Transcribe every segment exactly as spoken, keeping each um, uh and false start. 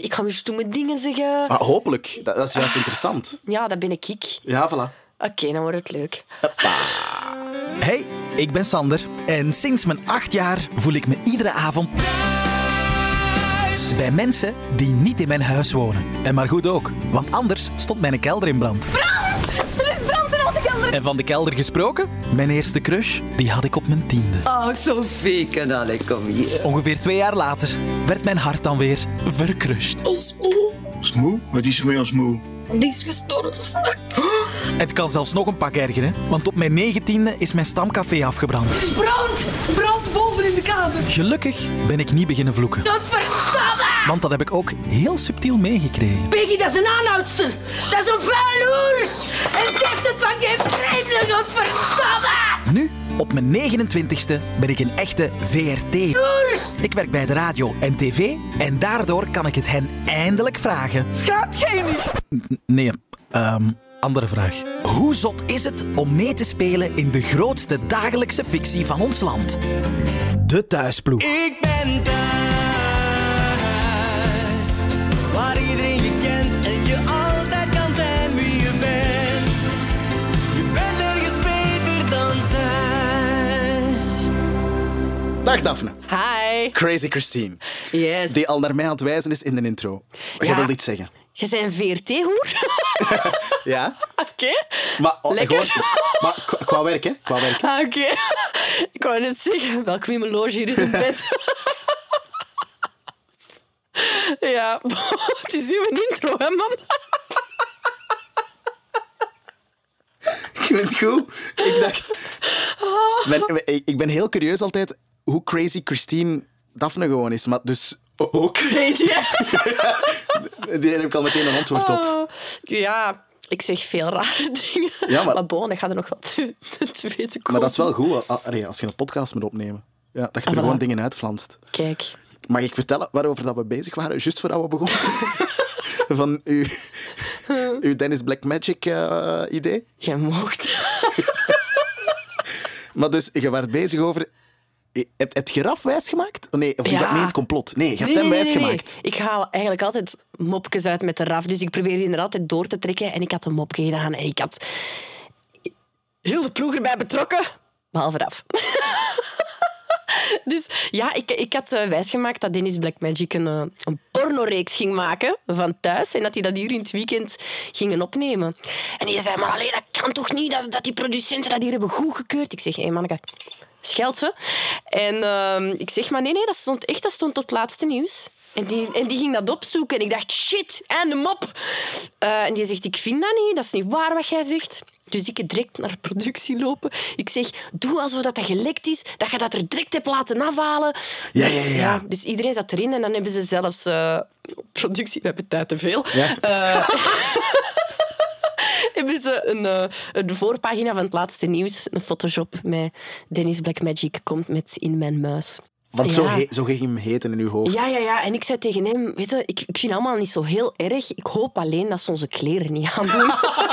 Ik ga weer stomme dingen zeggen. Maar hopelijk. Dat, dat is juist ah, interessant. Ja, dat ben ik. ik. Ja, voilà. Oké, okay, dan wordt het leuk. Hoppa. Hey, ik ben Sander. En sinds mijn acht jaar voel ik me iedere avond thuis bij mensen die niet in mijn huis wonen. En maar goed ook, want anders stond mijn kelder in brand. Brand! Er is brand in onze kelder! En van de kelder gesproken, mijn eerste crush, die had ik op mijn tiende. Oh, Sofieke, allee, kom hier. Ongeveer twee jaar later werd mijn hart dan weer verkrust. Ons moe. Smoe? Wat is er met ons moe? Die is gestorven. Het kan zelfs nog een pak ergeren, want op mijn negentiende is mijn stamcafé afgebrand. Er is brand! Brand boven in de kamer. Gelukkig ben ik niet beginnen vloeken. Dat verdamme! Want dat heb ik ook heel subtiel meegekregen. Peggy, dat is een aanhoudster. Dat is een vuil hoer. En zegt het van je vreselijk, dat verdamme! Nu, op mijn negenentwintigste, ben ik een echte V R T. Ik werk bij de radio en tv en daardoor kan ik het hen eindelijk vragen. Schaamt jij niet? N- nee, um, andere vraag. Hoe zot is het om mee te spelen in de grootste dagelijkse fictie van ons land? De Thuisploeg. Ik ben thuis, waar iedereen je kent en je altijd kan zijn wie je bent. Je bent ergens beter dan thuis. Dag Daphne. Hi. Crazy Christine. Yes. Die al naar mij aan het wijzen is in de intro. Jij Ja. wil iets zeggen. Je bent een V R T-hoer? Ja? Oké. Okay. Maar, oh, Lekker. Gewoon, maar qua, qua werk, hè? Qua werk. Ah, oké. Okay. Ik wou net zeggen, welkom in mijn loge, hier is een bed. Ja, het is uw intro, hè, man? Ik vind het goed. Ik dacht... Ben, ik ben heel curieus altijd hoe crazy Christine Daphne gewoon is. Maar dus ook... Crazy, hè? Daar heb ik al meteen een antwoord op. Oh, ja, ik zeg veel rare dingen. Ja, maar- maar bon, ik ga er nog wat te, te weten komen. Maar dat is wel goed a- allee, als je een podcast moet opnemen. Ja, dat je er Ah, voilà. gewoon dingen uitflanst. Kijk. Mag ik vertellen waarover dat we bezig waren, juist voordat we begonnen? Van uw, uw Dennis Black Magic uh, idee. Je mocht. Maar dus, je was bezig over... Heb, heb je Raf wijsgemaakt? Oh nee, of is Ja. dat niet het complot? Nee, je hebt Nee, hem nee, nee, nee. wijsgemaakt. Ik haal eigenlijk altijd mopjes uit met de raf. Dus ik probeer die er altijd door te trekken. En ik had een mopje gedaan. En ik had heel de ploeg erbij betrokken. Behalve Raf. Dus ja, ik, ik had uh, wijsgemaakt dat Dennis Black Magic een, uh, een pornoreeks ging maken van thuis. En dat hij dat hier in het weekend gingen opnemen. En die zei, maar alleen dat kan toch niet, dat, dat die producenten dat hier hebben goedgekeurd. Ik zeg, hé hey, manneke, scheld ze. En uh, ik zeg, maar nee, nee, dat stond echt, dat stond op het laatste nieuws. En die, en die ging dat opzoeken. En ik dacht, shit, en de mop. Uh, en die zegt, ik vind dat niet, dat is niet waar wat jij zegt. Dus ik direct naar productie lopen. Ik zeg, doe alsof dat gelekt is, dat je dat er direct hebt laten afhalen. Ja, ja, ja. Dus iedereen zat erin en dan hebben ze zelfs... Uh, productie, we hebben tijd te veel. Ja. Uh, hebben ze een, uh, een voorpagina van het laatste nieuws, een Photoshop met Dennis Black Magic komt met In Mijn Muis. Want Ja. zo, he- zo ging hem heten in uw hoofd. Ja, ja, ja. En ik zei tegen hem, weet je, ik, ik vind het allemaal niet zo heel erg. Ik hoop alleen dat ze onze kleren niet aandoen.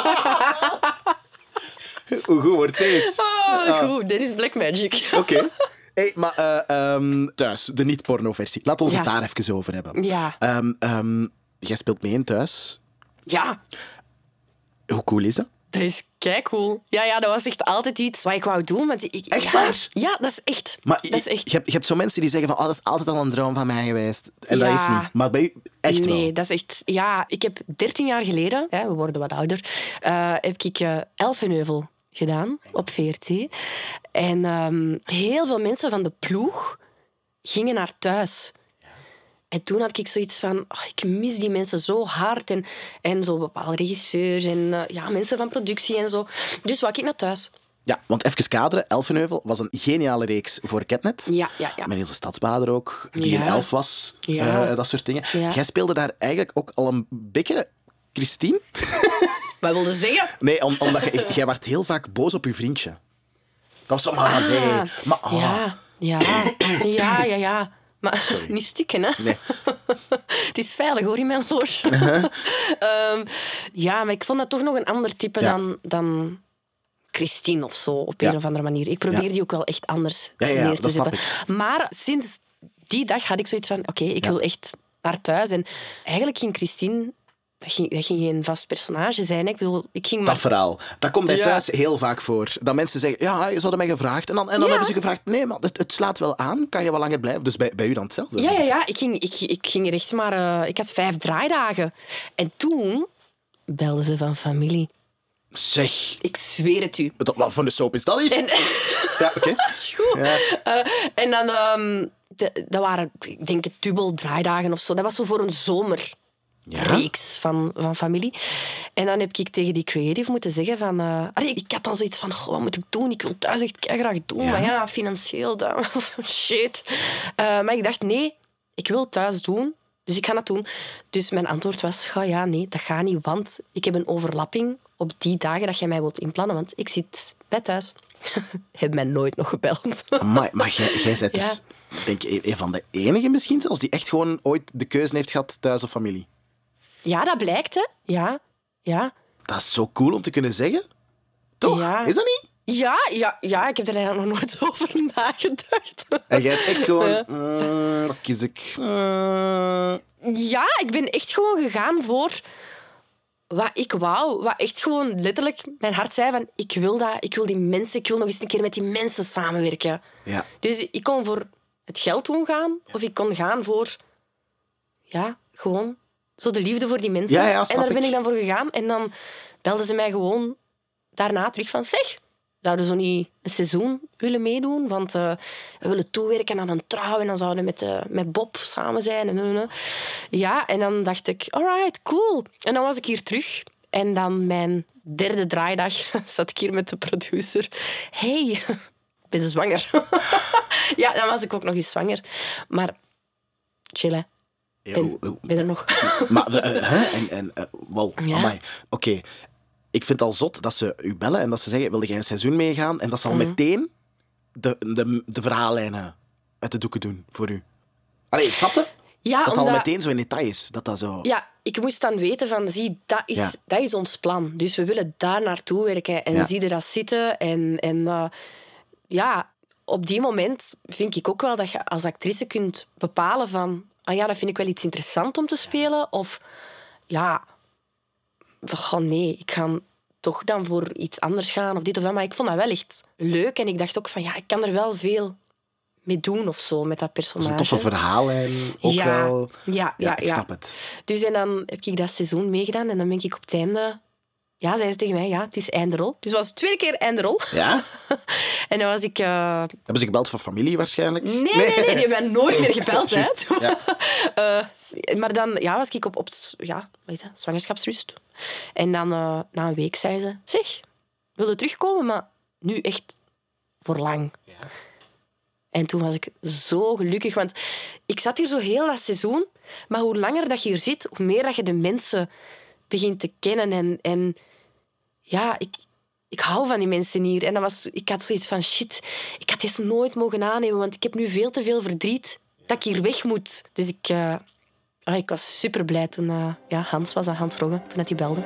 Hoe goed wordt deze? Ah, goed, Dennis Black Magic. Oké. Okay. Hey, maar uh, um, thuis, de niet-porno-versie. Laten we het Ja. daar even over hebben. Ja. Um, um, jij speelt mee in thuis. Ja, Hoe cool is dat? dat is keicool. Ja, ja, dat was echt altijd iets wat ik wou doen. Want ik, Echt ja, waar? Ja, dat is echt. Maar dat is echt. Je, hebt, je hebt zo mensen die zeggen van, oh, dat is altijd al een droom van mij geweest. En Ja. dat is niet. Maar bij u echt nee, wel. dat is echt... Ja, ik heb dertien jaar geleden, hè, we worden wat ouder, uh, heb ik uh, Elfenheuvel gedaan op V R T. En um, heel veel mensen van de ploeg gingen naar thuis. En toen had ik zoiets van, oh, ik mis die mensen zo hard. En, en zo bepaalde regisseurs en uh, ja, mensen van productie en zo. Dus wou ik naar thuis. Ja, want even kaderen. Elfenheuvel was een geniale reeks voor Ketnet. Ja, ja, ja. Met Ilse Stadsbader ook, die Ja. in elf was. Ja. Uh, dat soort dingen. Ja. Jij speelde daar eigenlijk ook al een beetje... Christine? Wat wilde zeggen? Nee, om, omdat je, jij werd heel vaak boos op je vriendje. Dat was zo, maar nee. Maar, oh. Ja, ja, ja, ja, ja. Maar niet stikken, hè? Nee. Het is veilig, hoor, in mijn loge. Uh-huh. um, ja, maar ik vond dat toch nog een ander type Ja. dan, dan Christine of zo, op Ja. een of andere manier. Ik probeer Ja. die ook wel echt anders Ja, ja, neer te dat snap zetten. Maar sinds die dag had ik zoiets van, oké, okay, ik Ja. wil echt naar thuis. En eigenlijk ging Christine... Dat ging, dat ging geen vast personage zijn. Hè. Ik bedoel, ik ging maar... Dat verhaal. Dat komt bij Ja. thuis heel vaak voor. Dat mensen zeggen, ja, je hadden mij gevraagd. En dan, en dan Ja. hebben ze gevraagd, nee, maar het, het slaat wel aan. Kan je wel langer blijven? Dus bij, bij u dan hetzelfde. Ja, ja, ja. Ik ging, ik, ik ging er echt maar... Uh, ik had vijf draaidagen. En toen belden ze van familie. Zeg, Ik zweer het u. wat wat voor een soap is dat hier? En, Ja, oké. goed. Ja. Uh, en dan... Um, de, dat waren, ik denk, het dubbel draaidagen of zo. Dat was zo voor een zomer. Ja. reeks van, van familie. En dan heb ik tegen die creative moeten zeggen van... Uh, allee, ik had dan zoiets van, goh, wat moet ik doen? Ik wil thuis echt graag doen, Ja. maar ja, financieel, dat, shit. Uh, maar ik dacht, nee, ik wil thuis doen, dus ik ga dat doen. Dus mijn antwoord was, ga ja, nee, dat gaat niet, want ik heb een overlapping op die dagen dat jij mij wilt inplannen, want ik zit bij thuis. Heb mij nooit nog gebeld. Amai, maar jij, jij bent Ja. dus, denk ik, een van de enigen misschien zelfs die echt gewoon ooit de keuze heeft gehad, thuis of familie. Ja, dat blijkt, hè. Ja, ja. Dat is zo cool om te kunnen zeggen. Toch? Ja. Is dat niet? Ja, ja, ja, ik heb er eigenlijk nog nooit over nagedacht. En jij hebt echt gewoon... mm, dat kies ik. Mm. Ja, ik ben echt gewoon gegaan voor wat ik wou. Wat echt gewoon letterlijk mijn hart zei van ik wil dat, ik wil die mensen, ik wil nog eens een keer met die mensen samenwerken. Ja. Dus ik kon voor het geld doen gaan, of ik kon gaan voor ja, gewoon zo de liefde voor die mensen. Ja, ja, en snap daar ben ik. ik dan voor gegaan. En dan belden ze mij gewoon daarna terug van zeg, zouden ze niet een seizoen willen meedoen? Want uh, we willen toewerken aan een trouw en dan zouden we met, uh, met Bob samen zijn. En, en, en. Ja, en dan dacht ik, alright, cool. En dan was ik hier terug. En dan mijn derde draaidag zat ik hier met de producer. Hey, ik ben zwanger. Ja, dan was ik ook nog eens zwanger. Maar chill, hè. Ja, Ben, oeh, oeh. ben er nog. Maar, uh, hè? En, en, uh, wow, Ja. amai. Oké, ik vind het al zot dat ze u bellen en dat ze zeggen, wilde jij een seizoen meegaan? En dat ze al meteen de, de, de verhaallijnen uit de doeken doen voor u. Allee, snap je? Ja, dat al omdat... meteen zo in detail is. Dat dat zo... Ja, ik moest dan weten van, zie, dat is, Ja. dat is ons plan. Dus we willen daar naartoe werken. En Ja. zie je dat zitten. En, en uh, ja, op die moment vind ik ook wel dat je als actrice kunt bepalen van, ah ja, dat vind ik wel iets interessant om te spelen. Of ja, oh nee, ik ga toch dan voor iets anders gaan of dit of dat. Maar ik vond dat wel echt leuk. En ik dacht ook van, ja, ik kan er wel veel mee doen of zo met dat Dat is personage. een toffe verhaallijn. Ook ja, wel... Ja, ja, Ja, ik ja. snap het. Dus en dan heb ik dat seizoen meegedaan en dan ben ik op het einde... Ja, zei ze tegen mij, ja, het is einderol. Dus het was twee keer einderol. Ja? En dan was ik... uh, Hebben ze gebeld van familie waarschijnlijk? Nee, nee, nee, die hebben mij nooit meer gebeld. hè. Juist, ja. Uh, maar dan ja, was ik op, op ja, wat is dat? Zwangerschapsrust. En dan uh, na een week zei ze... Zeg, wil je terugkomen? Maar nu echt voor lang. Ja. En toen was ik zo gelukkig. Want ik zat hier zo heel dat seizoen. Maar hoe langer dat je hier zit, hoe meer dat je de mensen begint te kennen. En, en ja, ik, ik hou van die mensen hier. En dat was, ik had zoiets van, shit, ik had deze nooit mogen aannemen. Want ik heb nu veel te veel verdriet dat ik hier weg moet. Dus ik, uh, oh, ik was super blij toen uh, ja, Hans was, aan Hans Rogge, toen hij belde.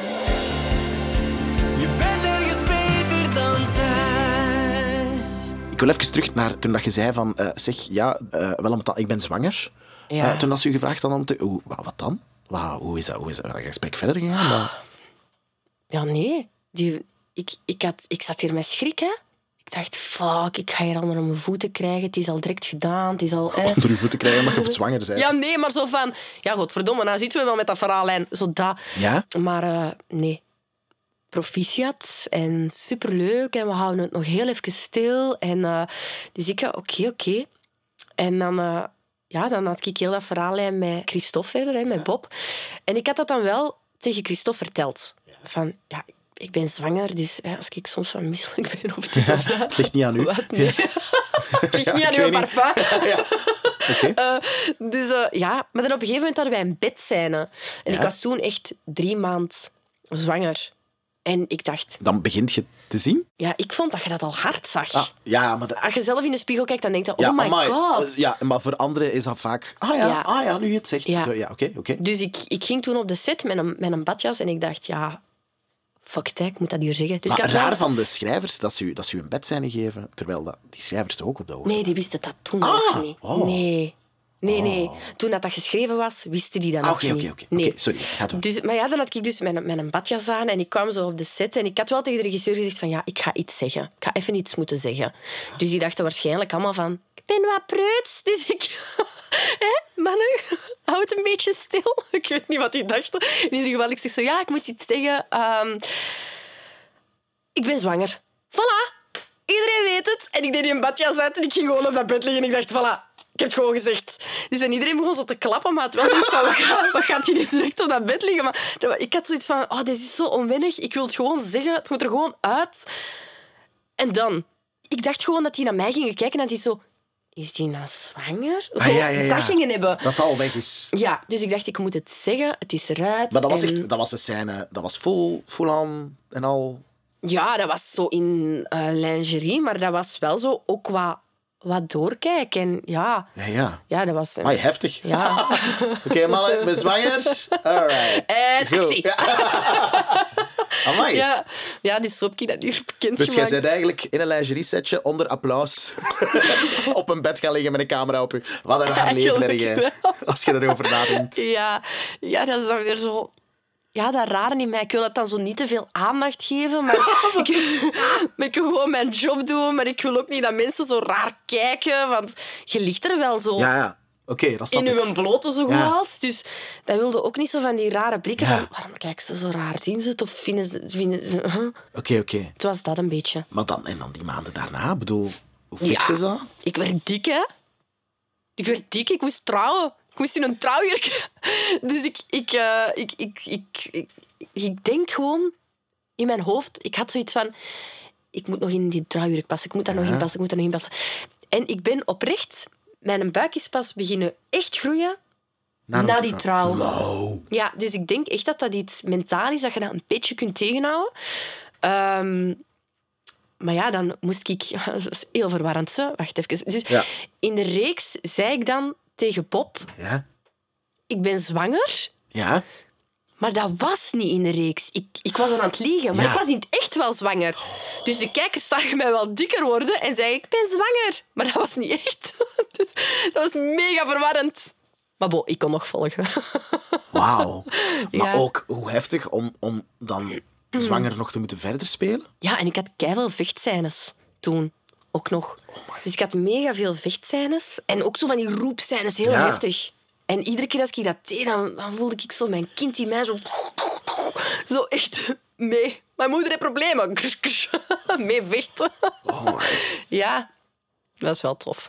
Je bent ergens beter dan thuis. Ik wil even terug naar toen dat je zei van... Uh, zeg, ja, uh, wel omdat ik ben zwanger. Ja. Uh, toen had ze u gevraagd dan om te... Hoe, wat, wat dan? Wat, hoe is dat? Hoe is dat gesprek verder gegaan? Dat- Ja, nee. Die, ik, ik, had, ik zat hier met schrik, hè. Ik dacht, fuck, ik ga hier onder mijn voeten krijgen. Het is al direct gedaan. Het is al... Eh. Onder uw voeten krijgen omdat je of zwanger bent. Ja, nee, maar zo van... Ja, godverdomme, nou zitten we wel met dat verhaallijn. Zo dat. Ja? Maar uh, nee. Proficiat en superleuk. En we houden het nog heel even stil. En uh, dus ik, oké, okay, oké. Okay. En dan... Uh, ja, dan had ik heel dat verhaallijn met Christophe verder, hè, met Bob. En ik had dat dan wel tegen Christophe verteld. Van, ja, ik ben zwanger, dus hè, als ik soms wat misselijk ben of dit of dat... Het ligt niet aan u. Wat? Nee. Het ligt niet aan ik uw weet niet. parfum. Ja. Oké. Uh, dus uh, ja, maar dan op een gegeven moment hadden wij een bedscène. En Ja. ik was toen echt drie maanden zwanger. En ik dacht, Dan begint je te zien. ja, ik vond dat je dat al hard zag. Ah, ja, maar... De, Als je zelf in de spiegel kijkt, dan denk je, ja, oh my amai. god. Uh, ja, maar voor anderen is dat vaak... Ah ja, Ja. ah, ja nu je het zegt. Ja. Zo, Ja, oké, oké. Dus ik, ik ging toen op de set met een, met een badjas en ik dacht, ja, fuck it, hè, ik moet dat hier zeggen. Dus Maar ik had raar wel- van de schrijvers dat ze, u, dat ze u een bedscène geven, terwijl dat, die schrijvers toch ook op de hoogte. Nee, die wisten dat toen Ah, nog niet. oh. Nee. Nee, nee. Toen dat, dat geschreven was, wisten die dat Ah, nog oké, niet. oké, oké. Nee. Oké, sorry, ga door. Dus, maar ja, dan had ik dus mijn, mijn badjas aan en ik kwam zo op de set en ik had wel tegen de regisseur gezegd van ja, ik ga iets zeggen. Ik ga even iets moeten zeggen. Dus die dachten waarschijnlijk allemaal van ik ben wat preuts, dus ik... Hé, mannen, hou het een beetje stil. Ik weet niet wat die dachten. In ieder geval, ik zeg zo ja, ik moet iets zeggen. Um, ik ben zwanger. Voilà. Iedereen weet het. En ik deed die een badjas uit en ik ging gewoon op dat bed liggen en ik dacht, voilà, ik heb het gewoon gezegd. Dus en iedereen begon zo te klappen, maar het was zoiets van, wat gaat, wat gaat hij nu direct op dat bed liggen? Maar ik had zoiets van, oh, dit is zo onwennig. Ik wil het gewoon zeggen. Het moet er gewoon uit. En dan, ik dacht gewoon dat die naar mij gingen kijken en dat die zo, is die nou zwanger? Zo, Ah, ja, ja, ja. dat gingen hebben. Dat al weg is. Ja, dus ik dacht, ik moet het zeggen. Het is eruit. Maar dat was en... echt... Dat was een scène... Dat was full, full on en al... Ja, dat was zo in uh, lingerie, maar dat was wel zo ook wat, wat doorkijken. En ja, Ja, ja. ja, dat was... Amai, heftig. Ja. Oké, okay, mannen, ik ben zwanger. Alright. En Goed. actie. Ja. Amai. Ja, ja, dus zo heb ik dat hier bekend Dus jij gemaakt. bent eigenlijk in een lingerie-setje onder applaus op een bed gaan liggen met een camera op je. Wat een raar leven heb Eigenlijk jij, als je erover nadenkt. Ja, ja, dat is dan weer zo... Ja, dat rare in mij. Ik wil dat dan zo niet te veel aandacht geven, maar ik, maar ik wil gewoon mijn job doen, maar ik wil ook niet dat mensen zo raar kijken, want je ligt er wel zo Ja, ja. Oké, okay, dat snap in ik. uw blote zo goed Ja. als. Dus dat wilde ook niet zo van die rare blikken Ja. van waarom kijken ze zo raar? Zien ze het of vinden ze... Vinden ze huh? Oké, oké. Het was dat een beetje. Maar dan, en dan die maanden daarna, ik bedoel, hoe fixen ze dat? Ik werd dik, hè. Ik werd dik, ik moest trouwen. Ik moest in een trouwjurk. Dus ik, ik, uh, ik, ik, ik, ik, ik denk gewoon in mijn hoofd... Ik had zoiets van... Ik moet nog in die trouwjurk passen. Ik moet daar nog in passen. Ik moet daar nog in passen. En ik ben oprecht... Mijn buik is pas beginnen echt groeien na, na die trouw. Wow. Ja, dus ik denk echt dat dat iets mentaal is, dat je dat een beetje kunt tegenhouden. Um, maar ja, dan moest ik... Dat is heel verwarrend, hè. Wacht even. Dus Ja. in de reeks zei ik dan tegen Bob... Ja? Ik ben zwanger, Ja? maar dat was niet in de reeks. Ik, ik was dan aan het liegen, maar Ja. ik was niet echt wel zwanger. Dus de kijkers zagen mij wel dikker worden en zeiden ik ben zwanger. Maar dat was niet echt. Dus dat was mega verwarrend. Maar bon, ik kon nog volgen. Wauw. Maar Ja. ook, hoe heftig om, om dan zwanger nog te moeten verder spelen? Ja, en ik had keiveel vechtscènes toen. Ook nog. Dus ik had mega veel vechtscènes. En ook zo van die roepscènes, heel Ja. heftig. En iedere keer als ik dat deed, dan, dan voelde ik zo mijn kind in mij zo... Zo echt mee. Mijn moeder heeft problemen. Mee vechten. Oh, Ja, dat is wel tof.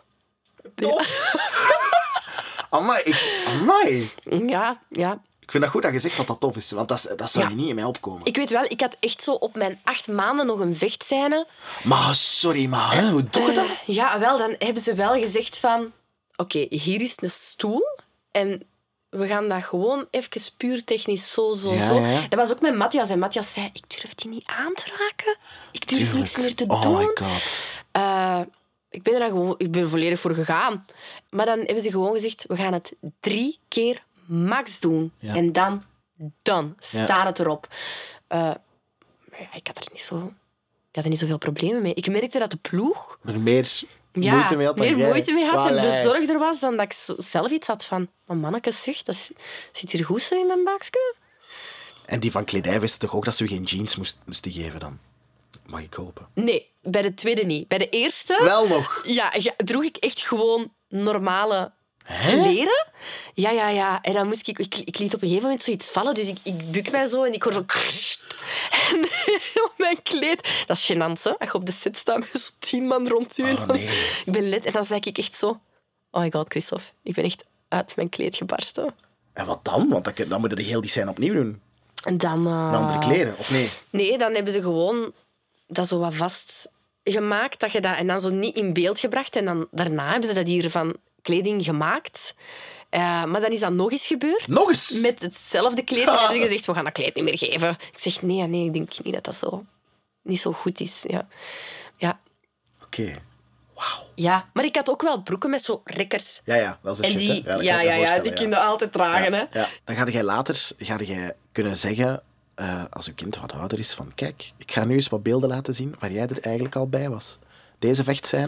amai, ik, amai. Ja, ja. Ik vind dat goed dat je zegt dat dat tof is, want dat, is- dat zou Ja. je niet in mij opkomen. Ik weet wel, ik had echt zo op mijn acht maanden nog een vechtscène. Maar sorry, maar hè, hoe doe je dat? Uh, ja, wel, dan hebben ze wel gezegd van... Oké, hier is een stoel en we gaan dat gewoon even puur technisch zo, zo, Ja, zo. ja. Dat was ook met Matthias. En Matthias zei, ik durf die niet aan te raken. Ik durf Tuurlijk. niks meer te Oh doen. my god. Uh, ik ben er dan gewoon... Ik ben volledig voor gegaan. Maar dan hebben ze gewoon gezegd, we gaan het drie keer max doen. Ja. En dan, dan staat Ja. het erop. Uh, maar ja, ik had er niet zo... Ik had er niet zoveel problemen mee. Ik merkte dat de ploeg... Er meer Ja, moeite mee had dan meer jij. moeite mee had en Walai. bezorgder was dan dat ik z- zelf iets had van... Maar manneke, zeg, dat is- zit hier goed zo in mijn buikje? En die van kledij wisten toch ook dat ze u geen jeans moest, moesten geven dan? Mag ik hopen. Nee, bij de tweede niet. Bij de eerste Wel nog. ja, ja, droeg ik echt gewoon normale kleren. Ja, ja, ja. En dan moest ik, ik... Ik liet op een gegeven moment zoiets vallen, dus ik, ik buk mij zo en ik hoor zo... krst. En heel mijn kleed... Dat is gênant, hè? Als je op de set staat met zo'n tien man rond je. Oh, nee. Ik ben let en dan zei ik echt zo... Oh my god, Christophe. Ik ben echt uit mijn kleed gebarsten. En wat dan? Want dan, dan moeten de heel die scène opnieuw doen. En dan... eh, Met andere kleren, of nee? Nee, dan hebben ze gewoon dat zo wat vast gemaakt. Dat je dat, en dan zo niet in beeld gebracht. En dan daarna hebben ze dat hier van kleding gemaakt. Uh, maar dan is dat nog eens gebeurd. Nog eens? Met hetzelfde kleed. En hebben ze gezegd, we gaan dat kleed niet meer geven. Ik zeg, nee, nee, ik denk niet dat dat zo, niet zo goed is. Ja. Ja. Oké. Okay. Wauw. Ja, maar ik had ook wel broeken met zo rekkers. Ja, ja, dat is een En shit, die, hè. dat ja, kan ik me ja, ja, voorstellen, die ja. kun je altijd dragen. Ja, Hè. ja. Dan ga jij later ga jij kunnen zeggen, uh, als uw kind wat ouder is, van kijk, ik ga nu eens wat beelden laten zien waar jij er eigenlijk al bij was. Deze vechtscène,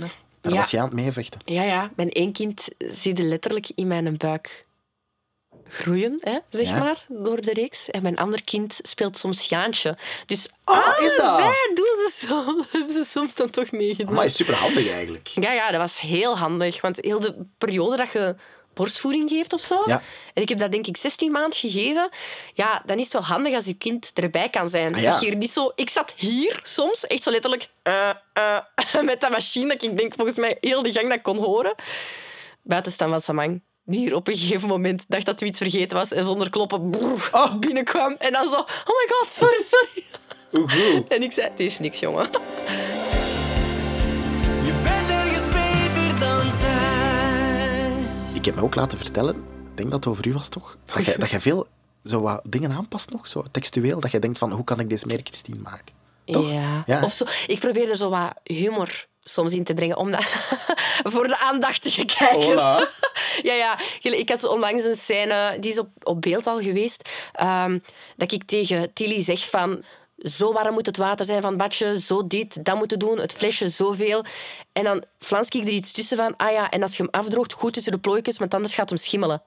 Daar Ja. was je aan het meevechten. Ja, ja. Mijn één kind zie je letterlijk in mijn buik groeien, hè, zeg Ja. maar, door de reeks. En mijn ander kind speelt soms Jaantje. Dus Ah, is dat? allebei doen ze, zo, hebben ze soms dan toch meegedaan. Maar is super handig eigenlijk. Ja, ja, dat was heel handig. Want heel de periode dat je borstvoeding geeft of zo, Ja. en ik heb dat denk ik zestien maanden gegeven, ja, dan is het wel handig als je kind erbij kan zijn. Ah, ja. Dat je hier niet zo... Ik zat hier soms, echt zo letterlijk, uh, uh, met dat machine, dat ik denk volgens mij heel de gang dat kon horen. Buiten staan van Samang, die hier op een gegeven moment dacht dat hij iets vergeten was en zonder kloppen brrr, Oh. binnenkwam. En dan zo, oh my god, sorry, sorry. Hoe goed. En ik zei, het is niks, jongen. Je bent ergens beter dan thuis. Ik heb me ook laten vertellen, ik denk dat het over u was toch, dat je, dat je veel zo wat dingen aanpast nog, zo textueel, dat je denkt van, hoe kan ik deze meer Christine maken? Toch? Ja. Ja. Of zo, ik probeer er zo wat humor soms in te brengen, omdat, voor de aandachtige kijker. Hola. Ja, ja. Ik had onlangs een scène, die is op, op beeld al geweest, um, dat ik tegen Tilly zeg van... Zo warm moet het water zijn van het badje, zo dit, dat moeten doen, het flesje, zoveel. En dan flans ik er iets tussen van... Ah ja, en als je hem afdroogt, goed tussen de plooitjes, want anders gaat hem schimmelen.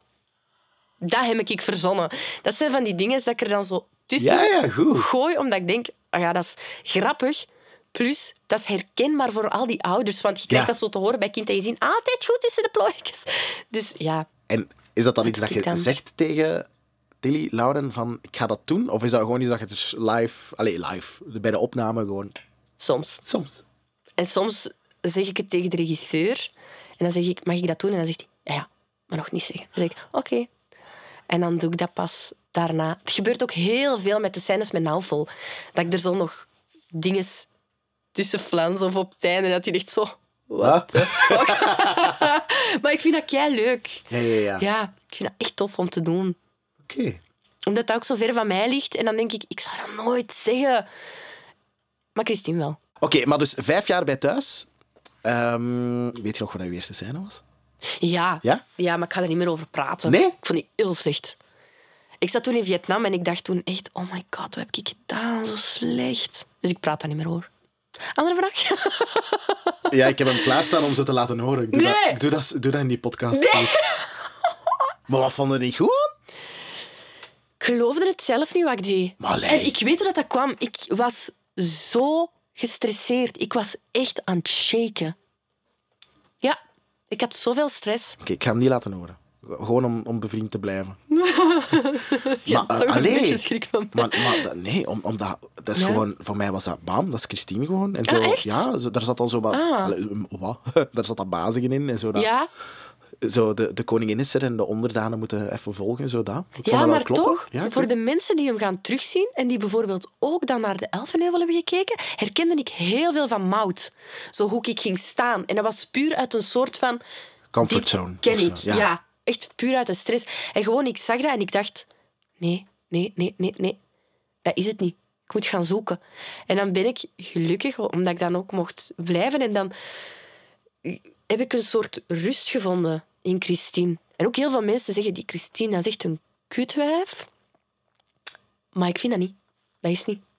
Dat heb ik verzonnen. Dat zijn van die dingen dat ik er dan zo tussen Ja, ja, goed. gooi, omdat ik denk... Ah ja, dat is grappig. Plus, dat is herkenbaar voor al die ouders. Want je krijgt Ja. dat zo te horen bij kind en je ziet altijd goed tussen de plooitjes. Dus ja... En is dat dan iets dat ik je dan? zegt tegen Tilly, Lauren, van ik ga dat doen? Of is dat gewoon iets dat je dus live, allez, live, bij de opname gewoon... Soms. Soms. En soms zeg ik het tegen de regisseur. En dan zeg ik, mag ik dat doen? En dan zegt hij, ja, ja, maar nog niet zeggen. Dan zeg ik, oké. En dan doe ik dat pas daarna. Het gebeurt ook heel veel met de scènes met Naufel. Dat ik er zo nog dingen tussen flans of op het einde. En dat hij echt zo... What the fuck? Maar ik vind dat kei leuk. Ja, ja, ja. Ja, ik vind dat echt tof om te doen. Oké. Omdat dat ook zo ver van mij ligt. En dan denk ik, ik zou dat nooit zeggen. Maar Christine wel. Oké, maar dus vijf jaar bij thuis. Ehm, weet je nog wat uw eerste scène was? Ja. Ja? Ja, maar ik ga er niet meer over praten. Nee? Ik vond die heel slecht. Ik zat toen in Vietnam en ik dacht toen echt... Oh my god, wat heb ik gedaan? Zo slecht. Dus ik praat daar niet meer over. Andere vraag? Ja, ik heb hem klaarstaan om ze te laten horen. Ik doe, Nee. dat, ik doe, dat, doe dat in die podcast. Nee. Maar wat vonden niet goed aan? Ik geloofde het zelf niet wat ik deed. Maar allee. En ik weet hoe dat, dat kwam. Ik was zo gestresseerd. Ik was echt aan het shaken. Ja, ik had zoveel stress. Oké, ik ga hem niet laten horen. Gewoon om, om bevriend te blijven. Ja, Maar, toch uh, een allee. beetje schrik van mij. Maar, maar dat- nee, om, omdat, dat is Ja. gewoon... Voor mij was dat bam, dat is Christine gewoon. En zo, Ah, echt? Ja, zo, daar zat al zo wat... Ah. Allee, um, wat? Daar zat dat bazigen in. En zo dat, Ja, zo de, de koningin is er en de onderdanen moeten even volgen. Zo dat. Ik vond ja dat wel maar kloppen. toch, Ja, ik voor weet- de mensen die hem gaan terugzien en die bijvoorbeeld ook dan naar de Elfenheuvel hebben gekeken, herkende ik heel veel van Mout. Zo hoe ik ging staan. En dat was puur uit een soort van... Comfort dit zone ken of zo, ik, ja. ja. Echt puur uit de stress. En gewoon, ik zag dat en ik dacht... Nee, nee, nee, nee, nee. Dat is het niet. Ik moet gaan zoeken. En dan ben ik gelukkig, omdat ik dan ook mocht blijven. En dan heb ik een soort rust gevonden in Christine. En ook heel veel mensen zeggen, die Christine, dat is echt een kutwijf. Maar ik vind dat niet. Dat is niet.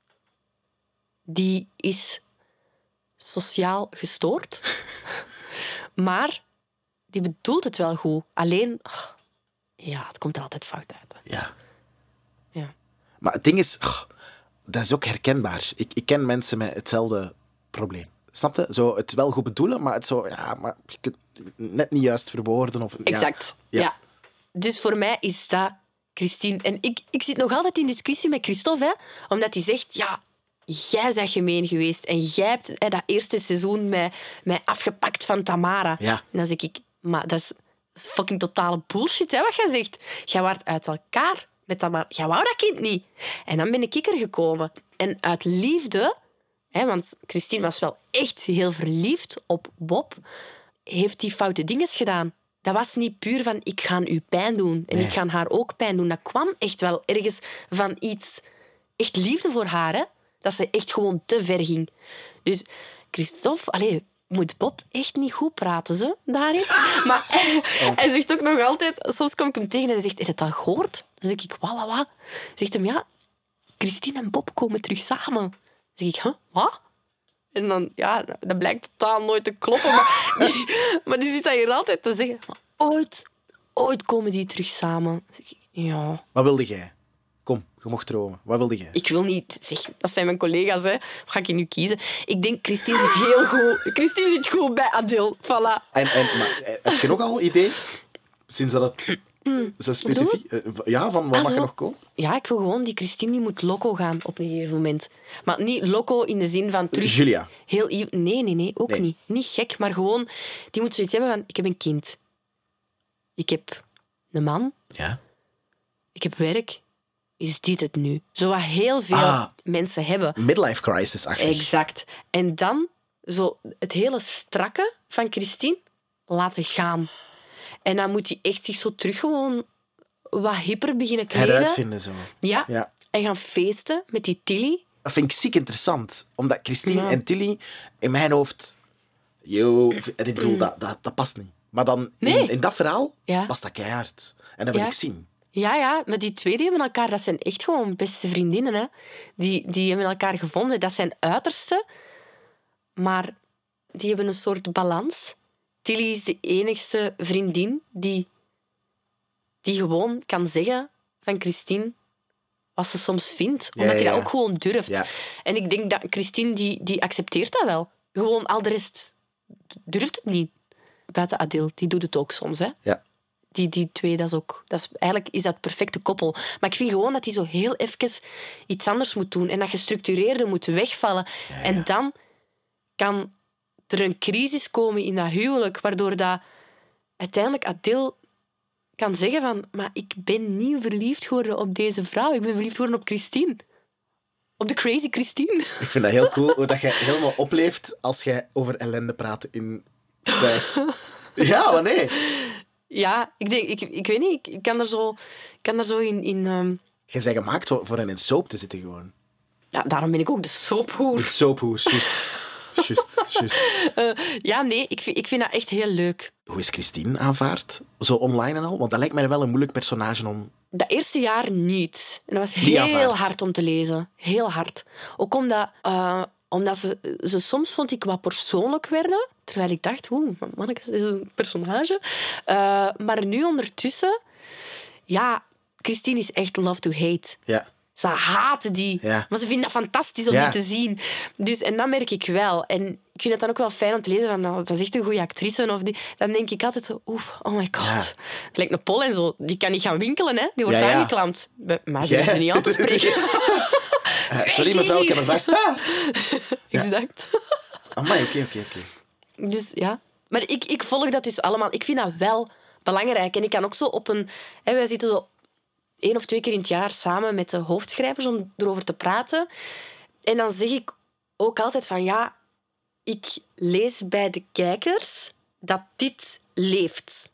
Die is sociaal gestoord. Maar die bedoelt het wel goed. Alleen, oh, ja, het komt er altijd fout uit. Hè. Ja. Ja. Maar het ding is... oh, dat is ook herkenbaar. Ik, ik ken mensen met hetzelfde probleem. Snap je? Zo, het wel goed bedoelen, maar het zo... Ja, maar je kunt het net niet juist verwoorden. Of, ja. Exact. Ja. Ja. Dus voor mij is dat Christine. En ik, ik zit nog altijd in discussie met Christophe, hè, omdat hij zegt... Ja, jij bent gemeen geweest en jij hebt hè, dat eerste seizoen mij, mij afgepakt van Tamara. Ja. En dan zeg ik... Maar dat is, dat is fucking totale bullshit, hè, wat jij zegt. Jij waart uit elkaar met Tamara. Jij wou dat kind niet. En dan ben ik er gekomen. En uit liefde... Hè, want Christine was wel echt heel verliefd op Bob... heeft die foute dingen gedaan. Dat was niet puur van, ik ga u pijn doen. En Nee. ik ga haar ook pijn doen. Dat kwam echt wel ergens van iets... Echt liefde voor haar, hè. Dat ze echt gewoon te ver ging. Dus Christophe... Allee, moet Bob echt niet goed praten, ze, daarin. Maar hij, hij zegt ook nog altijd... Soms kom ik hem tegen en hij zegt, heb je het al gehoord? Dan zeg ik, wat, wat, wat? Zegt hem, ja, Christine en Bob komen terug samen. Dan zeg ik, huh, wat? En dan, ja, dat blijkt totaal nooit te kloppen. Maar die, maar die zit dat hier altijd te zeggen. Ooit, ooit komen die terug samen. Dan zeg ik, ja. Wat wilde jij? Kom, je mocht dromen. Wat wilde jij? Ik wil niet zeggen, dat zijn mijn collega's, hè. Wat ga ik nu kiezen? Ik denk, Christine zit heel goed. Christine zit goed bij Adil. Voilà. En, en, maar, heb je nog al idee? Sinds dat het zo specifiek... Uh, ja, van wat Ah, mag er zo. nog komen? Ja, ik wil gewoon die Christine die moet loco gaan op een gegeven moment. Maar niet loco in de zin van terug... Julia. Heel, i- nee, nee, nee, ook Nee. niet. Niet gek, maar gewoon... Die moet zoiets hebben van, ik heb een kind. Ik heb een man. Ja. Ik heb werk. Is dit het nu? Zo wat heel veel Ah. mensen hebben. Midlife crisis-achtig. Exact. En dan zo het hele strakke van Christine laten gaan. En dan moet hij echt zich zo terug gewoon wat hipper beginnen kleden. Heruitvinden, zo. Ja. Ja. En gaan feesten met die Tilly. Dat vind ik ziek interessant. Omdat Christine Ja. en Tilly in mijn hoofd... Yo, ik bedoel, dat, dat, dat past niet. Maar dan in, Nee. in dat verhaal Ja. past dat keihard. En dat wil Ja. ik zien. Ja, ja, maar die twee die hebben elkaar, dat zijn echt gewoon beste vriendinnen. Hè. Die, die hebben elkaar gevonden. Dat zijn uitersten, maar die hebben een soort balans. Tilly is de enigste vriendin die, die gewoon kan zeggen van Christine wat ze soms vindt. Ja, Omdat hij ja, dat ja. ook gewoon durft. Ja. En ik denk dat Christine, die, die accepteert dat wel. Gewoon al de rest durft het niet. Buiten Adil, die doet het ook soms, hè. Ja. Die, die twee, dat is ook... Dat is, eigenlijk is dat het perfecte koppel. Maar ik vind gewoon dat die zo heel even iets anders moet doen. En dat gestructureerde moet wegvallen. En dan kan er een crisis komen in dat huwelijk, waardoor dat uiteindelijk Adil kan zeggen van... Maar ik ben niet verliefd geworden op deze vrouw. Ik ben verliefd geworden op Christine. Op de crazy Christine. Ik vind dat heel cool hoe dat jij helemaal opleeft als jij over ellende praat in thuis. Ja, maar nee. Ja, ik denk... Ik, ik weet niet, ik, ik kan er zo, ik kan er zo in... in ehm, Jij bent gemaakt voor voor in een soap te zitten gewoon. ja, daarom ben ik ook de soaphoer. Met soaphoers, juist. Juist, juist. Uh, ja, nee, ik vind, ik vind dat echt heel leuk. Hoe is Christine aanvaard? Zo online en al? Want dat lijkt mij wel een moeilijk personage om... Dat eerste jaar niet. En dat was Niet heel aanvaard. hard om te lezen. Heel hard. Ook omdat, uh, omdat ze, ze soms vond ik wat persoonlijk werden. Terwijl ik dacht, oeh, mannetjes, dit is een personage. Uh, maar nu ondertussen... Ja, Christine is echt love to hate. Ja. Ze haten die. Ja. Maar ze vinden dat fantastisch om Ja. die te zien. Dus, en dat merk ik wel. En ik vind het dan ook wel fijn om te lezen van, nou, dat is echt een goede actrice. Of die, dan denk ik altijd zo, oef, oh my god. Ja. Het lijkt een Pol en zo. Die kan niet gaan winkelen, hè. Die wordt Ja, ja. aangeklampt. Be- Maar die Jij- is er niet aan te spreken. Uh, sorry Echt mevrouw, ik heb easy. een vast... Ah! Ja. Exact. Amai, oké, oké, oké. Dus ja. Maar ik, ik volg dat dus allemaal. Ik vind dat wel belangrijk. En ik kan ook zo op een... Hè, wij zitten zo één of twee keer in het jaar samen met de hoofdschrijvers om erover te praten. En dan zeg ik ook altijd van... Ja, ik lees bij de kijkers dat dit leeft.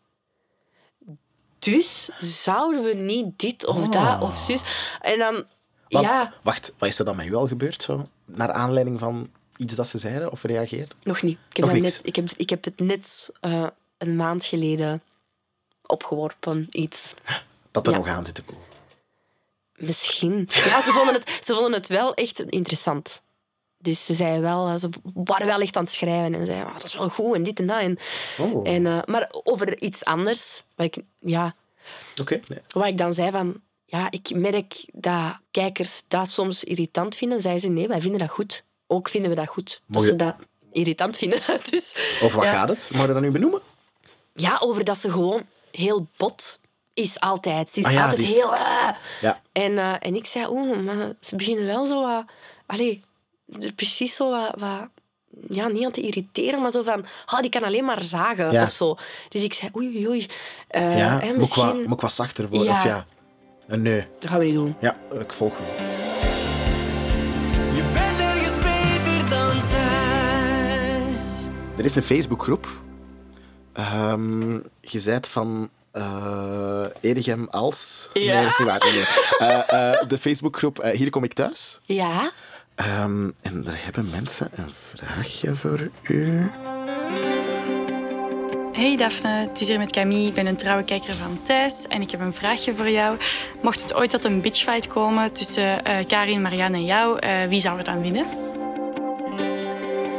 Dus zouden we niet dit of dat of zus... En dan... Want, ja, Wacht, wat is er dan met u al gebeurd? Zo? Naar aanleiding van iets dat ze zeiden of reageerden? nog niet. Ik heb, Nog dat niks. net, ik heb, ik heb het net uh, een maand geleden opgeworpen, iets. Dat er Ja. nog aan zit te komen. Misschien. Ja, ze vonden het, ze vonden het wel echt interessant. Dus ze zeiden wel, ze waren wel echt aan het schrijven en zeiden, ah, dat is wel goed en dit en dat. En, Oh. en, uh, maar over iets anders, wat ik, ja, Oké, nee. wat ik dan zei van, ja, ik merk dat kijkers dat soms irritant vinden. Zeiden ze, nee, wij vinden dat goed. Ook vinden we dat goed. Dat Mooi. ze dat irritant vinden. Dus, Over wat ja. gaat het? Mag je dat nu benoemen? Ja, over dat ze gewoon heel bot is altijd. Ze is Ah ja, altijd die is- heel... ah. Ja. En, uh, en ik zei, oeh, maar ze beginnen wel zo wat... Allee, er precies zo wat... wat ja, niet aan te irriteren, maar zo van... Oh, die kan alleen maar zagen, Ja. of zo. Dus ik zei, oei, oei, oei. Uh, ja? en Moet, ik misschien... wat, moet ik wat zachter worden? Ja. Of ja? Een nee. Dat gaan we niet doen. Ja, ik volg wel. Je bent ergens beter dan thuis. Er is een Facebookgroep. Um, je zijt van uh, Edegem als... Ja. Nee, dat is niet waar. Nee, nee. Uh, uh, de Facebookgroep uh, Hier kom ik thuis. Ja? Um, en daar hebben mensen een vraagje voor u. Hey Daphne, het is hier met Camille. Ik ben een trouwe kijker van Thuis en ik heb een vraagje voor jou. Mocht het ooit tot een bitchfight komen tussen uh, Karin, Marianne en jou, uh, wie zou er dan winnen?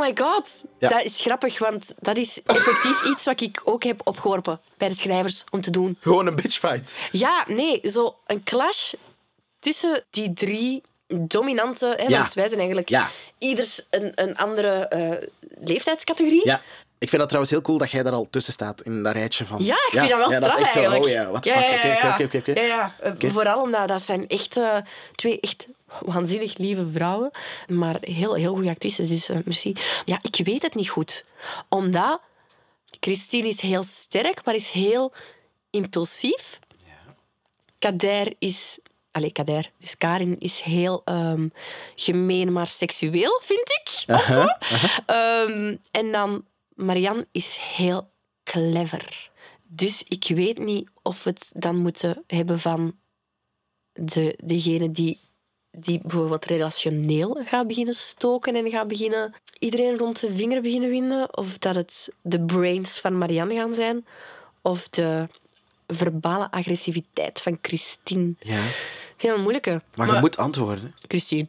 my god. Ja. Dat is grappig, want dat is effectief iets wat ik ook heb opgeworpen bij de schrijvers om te doen. Gewoon een bitchfight. Ja, nee, zo een clash tussen die drie dominante... Hè, Ja. Want wij zijn eigenlijk Ja. ieders een, een andere eh, leeftijdscategorie. Ja. Ik vind dat trouwens heel cool dat jij daar al tussen staat in dat rijtje van... Ja, ik vind dat wel ja, straf dat is echt eigenlijk. Zo, oh ja, what the ja, fuck. ja, ja, ja. Oké, oké, oké, oké. Ja, ja. Uh, Oké. Vooral omdat dat zijn echt uh, twee echt waanzinnig lieve vrouwen, maar heel, heel goede actrices, dus uh, merci. Ja, ik weet het niet goed. Omdat Christine is heel sterk, maar is heel impulsief. Ja. Kader is... Allee, Kader. Dus Karin is heel um, gemeen, maar seksueel, vind ik. Of zo. Uh-huh, uh-huh. Um, en dan Marianne is heel clever. Dus ik weet niet of we het dan moeten hebben van de, degene die, die bijvoorbeeld relationeel gaat beginnen stoken en gaat beginnen iedereen rond de vinger beginnen winden. Of dat het de brains van Marianne gaan zijn. Of de verbale agressiviteit van Christine. Ja. Ik vind dat een moeilijke. Maar, maar je moet antwoorden. Christine.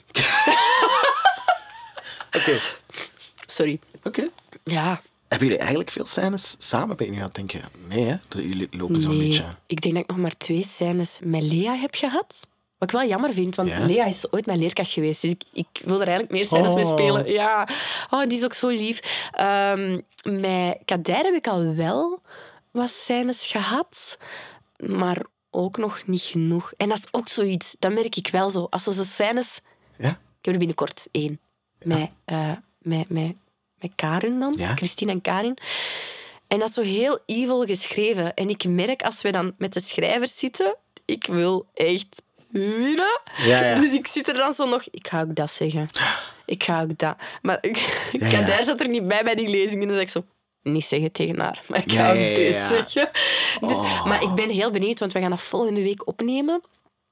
Oké. Okay. Sorry. Oké. Okay. Ja. Hebben jullie eigenlijk veel scènes samen, ben je nu aan het denken? Nee, hè? Jullie lopen zo'n nee. beetje... Ik denk dat ik nog maar twee scènes met Lea heb gehad. Wat ik wel jammer vind, want ja? Lea is ooit mijn leerkracht geweest. Dus ik, ik wil er eigenlijk meer scènes oh. mee spelen. Ja, oh, die is ook zo lief. Um, met Kader heb ik al wel wat scènes gehad, maar ook nog niet genoeg. En dat is ook zoiets, dat merk ik wel zo. Als er zo scènes... Ja? Ik heb er binnenkort één. Ja. Met, uh, met, met, met Karin dan. Ja? Christine en Karin. En dat is zo heel evil geschreven. En ik merk, als we dan met de schrijvers zitten, ik wil echt winnen. Ja, ja. Dus ik zit er dan zo nog... Ik ga ook dat zeggen. Ik ga ook dat. Maar ik, ja, Kader ja. zat er niet bij bij die lezingen. Dus ik zo... Niet zeggen tegen haar, maar ik ga ja, ook dit ja, ja. zeggen. Dus, oh. Maar ik ben heel benieuwd, want we gaan dat volgende week opnemen.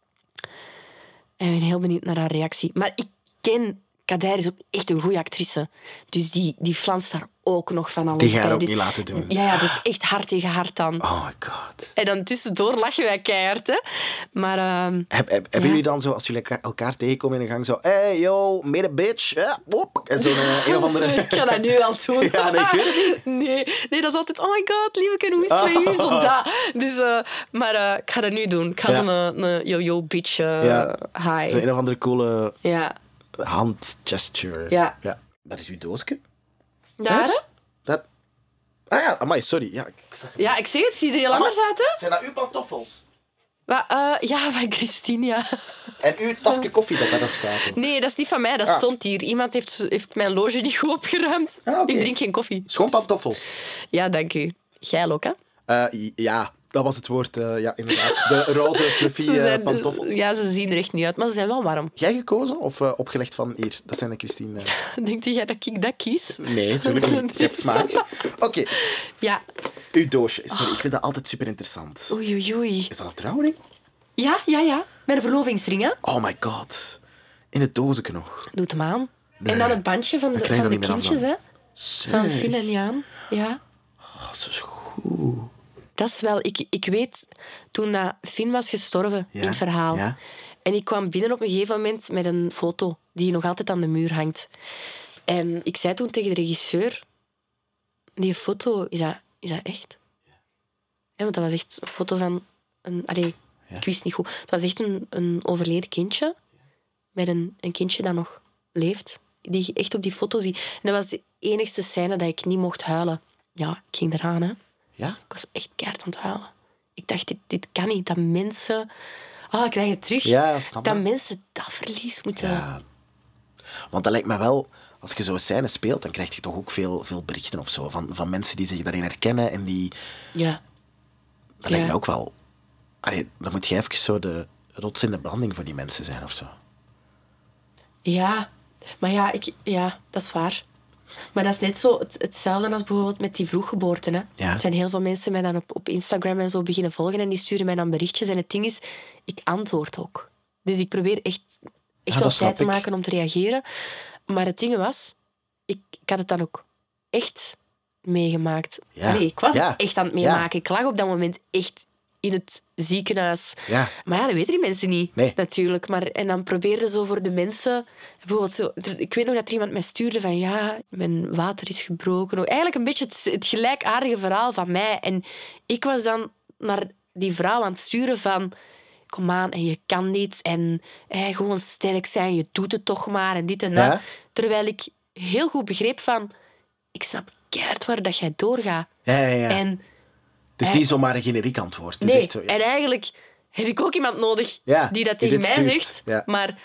En ik ben heel benieuwd naar haar reactie. Maar ik ken... Kader is ook echt een goede actrice. Dus die, die flanst daar ook nog van alles Die ga je ook dus, niet laten doen. Ja, ja, dat is echt hard tegen hard dan. Oh my god. En dan tussendoor lachen wij keihard, hè. Maar... Um, heb, heb, hebben ja. jullie dan zo, als jullie elkaar tegenkomen in de gang, zo... Hey, yo, made a bitch. Ja, whoop. En zo'n uh, een of andere... ik ga dat nu al doen. Ja, nee, ik weet het niet. Nee, nee, dat is altijd... Oh my god, lieve, hoe is het met u? Zo dat. Dus, uh, maar uh, ik ga dat nu doen. Ik ga ja. zo'n uh, yo-yo bitch uh, ja. hi. Zo'n een of andere coole... Ja. handgesture. Ja. ja. Dat is uw doosje. Daar, hè? Dat... Ah ja, amai, sorry. Ja, ik, zag... ja, ik zeg het, ziet er heel anders uit, hè? Zijn dat uw pantoffels? Wat, uh, ja, van Christine, ja. En uw tasje koffie dat daarop staat? Nee, dat is niet van mij, dat ah. stond hier. Iemand heeft, heeft mijn loge niet goed opgeruimd. Ah, okay. Ik drink geen koffie. Schoon pantoffels. Ja, dank u. Jij ook, hè? Uh, ja, dat was het woord. Uh, ja, inderdaad. De roze fluffy uh, pantoffels. Ja, ze zien er echt niet uit, maar ze zijn wel warm. Jij gekozen of uh, opgelegd van hier? Dat zijn de Christine. Uh... Denkt jij dat ik dat kies? Nee, natuurlijk niet. Je hebt smaak. Oké. Okay. Ja. Uw doosje. Sorry, ik vind dat altijd super interessant. Oei, oei, oei. Is dat een trouwring? Ja, ja, ja. Met een verlovingsring, hè? Oh my god. In het doosje nog. Doe het hem aan. Nee. En dan het bandje van de, van de kindjes, hè? Zeg. Van Finn en Jaan. Ja. Oh, dat is goed. Dat is wel... Ik, ik weet, toen dat Finn was gestorven ja, in het verhaal... Ja. En ik kwam binnen op een gegeven moment met een foto die nog altijd aan de muur hangt. En ik zei toen tegen de regisseur... Die foto, is dat, is dat echt? Ja. Ja, want dat was echt een foto van... Een, allee, ja. Ik wist niet goed. Het was echt een, een overleden kindje. Met een, een kindje dat nog leeft. Die je echt op die foto ziet. En dat was de enigste scène dat ik niet mocht huilen. Ja, ik ging eraan, hè. Ja? Ik was echt keihard aan het huilen. Ik dacht, dit, dit kan niet. Dat mensen... Oh, ik krijg het terug. Ja, snap dat je. mensen dat verlies moeten... Ja. Want dat lijkt me wel... Als je zo'n scène speelt, dan krijg je toch ook veel, veel berichten of zo. Van, van mensen die zich daarin herkennen en die... Ja. Dat lijkt ja. me ook wel... Allee, dan moet je even zo de rots in de branding voor die mensen zijn of zo. Ja. Maar ja, ik, ja, dat is waar. Maar dat is net zo het, hetzelfde als bijvoorbeeld met die vroeggeboorten. Hè. Ja. Er zijn heel veel mensen mij dan op, op Instagram en zo beginnen volgen en die sturen mij dan berichtjes. En het ding is, ik antwoord ook. Dus ik probeer echt, echt ja, wel tijd te ik. maken om te reageren. Maar het ding was, ik, ik had het dan ook echt meegemaakt. Ja. Allee, ik was ja. het echt aan het meemaken. Ja. Ik lag op dat moment echt in het ziekenhuis. Ja. Maar ja, dat weten die mensen niet, Nee. natuurlijk. Maar, en dan probeerde zo voor de mensen... Bijvoorbeeld, zo, ik weet nog dat er iemand mij stuurde van ja, mijn water is gebroken. Eigenlijk een beetje het, het gelijkaardige verhaal van mij. En ik was dan naar die vrouw aan het sturen van... Kom aan, en je kan dit. En eh, gewoon sterk zijn, je doet het toch maar. En dit en dat. Ja. Terwijl ik heel goed begreep van... Ik snap keihard waar dat jij doorgaat. Ja, ja, ja. En, het is eh, niet zomaar een generiek antwoord. Het is nee, echt zo, ja. en eigenlijk heb ik ook iemand nodig Ja, die dat die tegen dit mij stuurt. zegt. Ja. Maar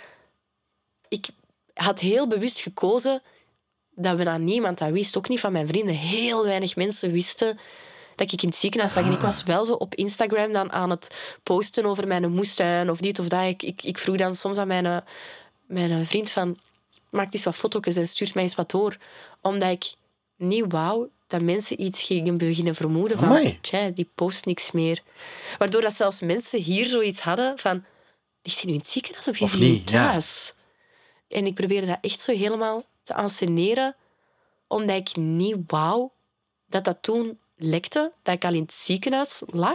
ik had heel bewust gekozen dat we aan niemand dat wist. Ook niet van mijn vrienden. Heel weinig mensen wisten dat ik in het ziekenhuis lag. En ik was wel zo op Instagram dan aan het posten over mijn moestuin of dit of dat. Ik, ik, ik vroeg dan soms aan mijn, mijn vriend van... Maak eens wat foto's en stuur mij eens wat door. Omdat ik niet wou dat mensen iets gingen beginnen vermoeden van... Amai. Tja, die post niks meer. Waardoor dat zelfs mensen hier zoiets hadden van... Ligt hij nu in het ziekenhuis of is Of hij nu niet, ja. thuis? En ik probeerde dat echt zo helemaal te anseneren. Omdat ik niet wou dat dat toen lekte. Dat ik al in het ziekenhuis lag.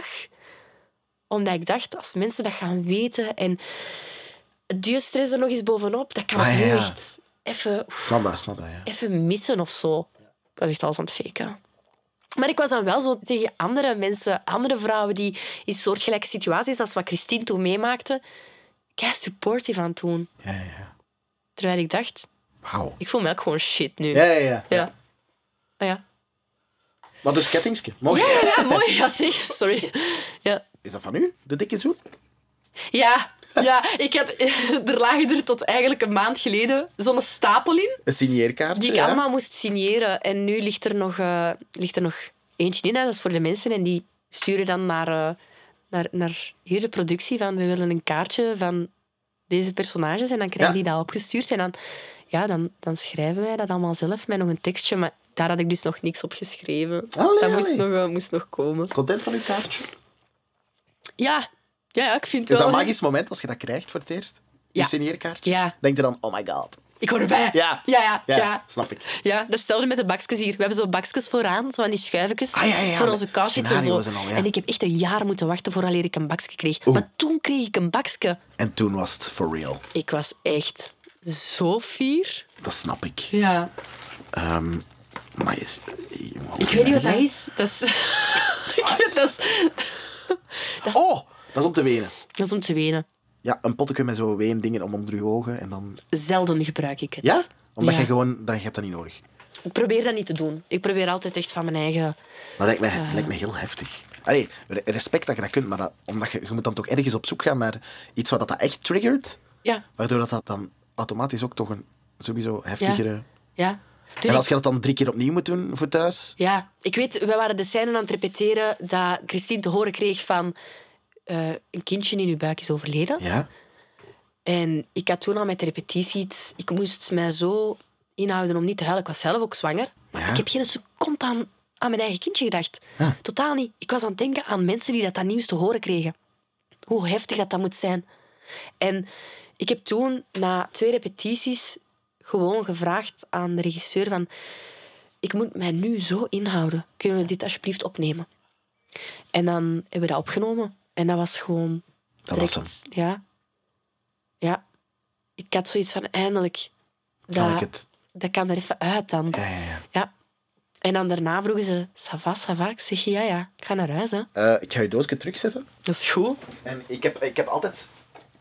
Omdat ik dacht, als mensen dat gaan weten... en die stress er nog eens bovenop, dat kan Ah, ik nu ja. echt even, Snap dat, snap dat, ja. even missen of zo. Ik was echt alles aan het faken. Maar ik was dan wel zo tegen andere mensen, andere vrouwen die in soortgelijke situaties als wat Christine toen meemaakte, kei supportive aan toen. Ja, ja, ja. Terwijl ik dacht, Wauw. ik voel me ook gewoon shit nu. Ja, ja, ja. Ja. Ah, ja. Maar dus kettingske. Mooi. Ja, ja, mooi. Ja, zeg. Sorry. Ja. Is dat van u, de dikke zoen? Ja. Ja, ik had, er lagen er tot eigenlijk een maand geleden zo'n stapel in Een signeerkaartje, die ik ja. allemaal moest signeren. En nu ligt er nog, uh, ligt er nog eentje in. Hè. Dat is voor de mensen. En die sturen dan naar, uh, naar, naar hier de productie van... We willen een kaartje van deze personages. En dan krijgen Ja. die dat opgestuurd. En dan, ja, dan, dan schrijven wij dat allemaal zelf met nog een tekstje. Maar daar had ik dus nog niks op geschreven. Allee, dat moest allee. nog, uh, moest nog komen. Content van uw kaartje? Ja, ja, ja ik vind het Is dat wel... een magisch moment als je dat krijgt voor het eerst? Ja. Je signeerkaartje? Ja. Denk je dan, oh my god. Ik hoor erbij. Ja. Ja, ja, Ja, ja. snap ik. Ja, dat is hetzelfde met de bakjes hier. We hebben zo bakjes vooraan, zo aan die schuifjes Ah, ja, ja, voor met onze couches en zo. scenario's en al, ja. En ik heb echt een jaar moeten wachten vooraleer ik een bakje kreeg. Maar toen kreeg ik een bakje. En toen was het for real. Ik was echt zo fier. Dat snap ik. Ja. Ehm, maar is, Ik weet niet wat dat is. Dat is... ik weet, dat is... Oh, dat is om te wenen. Dat is om te wenen. Ja, een potje met zo weendingen om onder je ogen en dan... Zelden gebruik ik het. Ja? Omdat Ja. je gewoon... Dan, je hebt dat niet nodig. Ik probeer dat niet te doen. Ik probeer altijd echt van mijn eigen... Maar dat lijkt me, dat lijkt me heel heftig. Allee, re- respect dat je dat kunt, maar dat, omdat je, je moet dan toch ergens op zoek gaan naar iets wat dat echt triggert, Ja, waardoor dat, dat dan automatisch ook toch een sowieso heftigere... ja. Toen En als ik- je dat dan drie keer opnieuw moet doen voor thuis... Ja, ik weet, we waren de scène aan het repeteren dat Christine te horen kreeg van eh, een kindje in uw buik is overleden. Ja? En ik had toen al met de repetitie iets... Ik moest mij zo inhouden om niet te huilen. Ik was zelf ook zwanger. Maar Ja. ik heb geen seconde aan, aan mijn eigen kindje gedacht. Ja. Totaal niet. Ik was aan het denken aan mensen die dat, dat nieuws te horen kregen. Hoe heftig dat, dat moet zijn. En ik heb toen, na twee repetities, gewoon gevraagd aan de regisseur van... Ik moet mij nu zo inhouden. Kunnen we dit alsjeblieft opnemen? En dan hebben we dat opgenomen. En dat was gewoon... Dat was direct- Ja. Ja. Ik had zoiets van, eindelijk... Kan Dat, ik het... dat kan er even uit dan. Ja, ja, ja. Ja. En dan daarna vroegen ze... Ça va, ça va? Ik zeg, ja, ja. Ik ga naar huis, hè. Eh, ik ga je doosje terugzetten. Dat is goed. En ik heb, ik heb altijd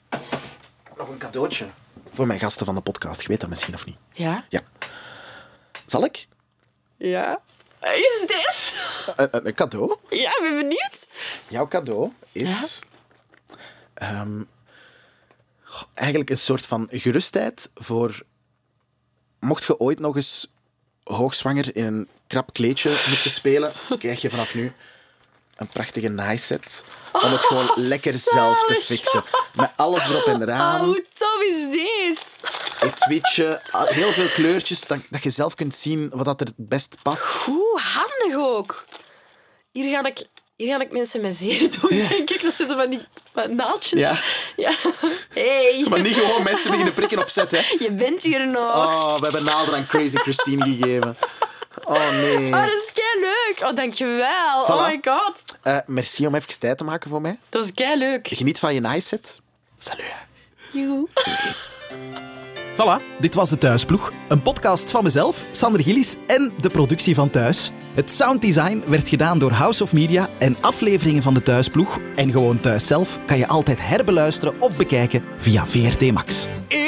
nog een cadeautje voor mijn gasten van de podcast. Je weet dat misschien of niet. Ja? Ja. Zal ik? Ja. Is dit? Een, een, een cadeau? Ja, ik ben benieuwd. Jouw cadeau is... ehm, goh, eigenlijk een soort van gerustheid voor... Mocht je ooit nog eens hoogzwanger in een krap kleedje moeten spelen, krijg je vanaf nu een prachtige naaiset om het gewoon lekker zelf te fixen. Met alles erop en Oh, eraan. hoe tof is dit? Etuietje, heel veel kleurtjes, dat, dat je zelf kunt zien wat dat er het best past. Hoe handig ook. Hier ga ik, hier ga ik mensen met zeer doen, denk ik. Dat zitten van die van naaldjes. Ja. Ja. Hey. Maar niet gewoon mensen beginnen prikken op zet, hè. Je bent hier nog. Oh, we hebben naalden aan Crazy Christine gegeven. Oh, nee. Oh, dat is kei leuk. leuk. Oh, dankjewel. Voilà. Oh my god. Uh, merci om even tijd te maken voor mij. Dat is kei leuk. Geniet van je nice set. Salut. Joe. Voilà, dit was De Thuisploeg. Een podcast van mezelf, Sander Gillis, en de productie van Thuis. Het sounddesign werd gedaan door House of Media en afleveringen van De Thuisploeg en gewoon Thuis zelf kan je altijd herbeluisteren of bekijken via V R T Max.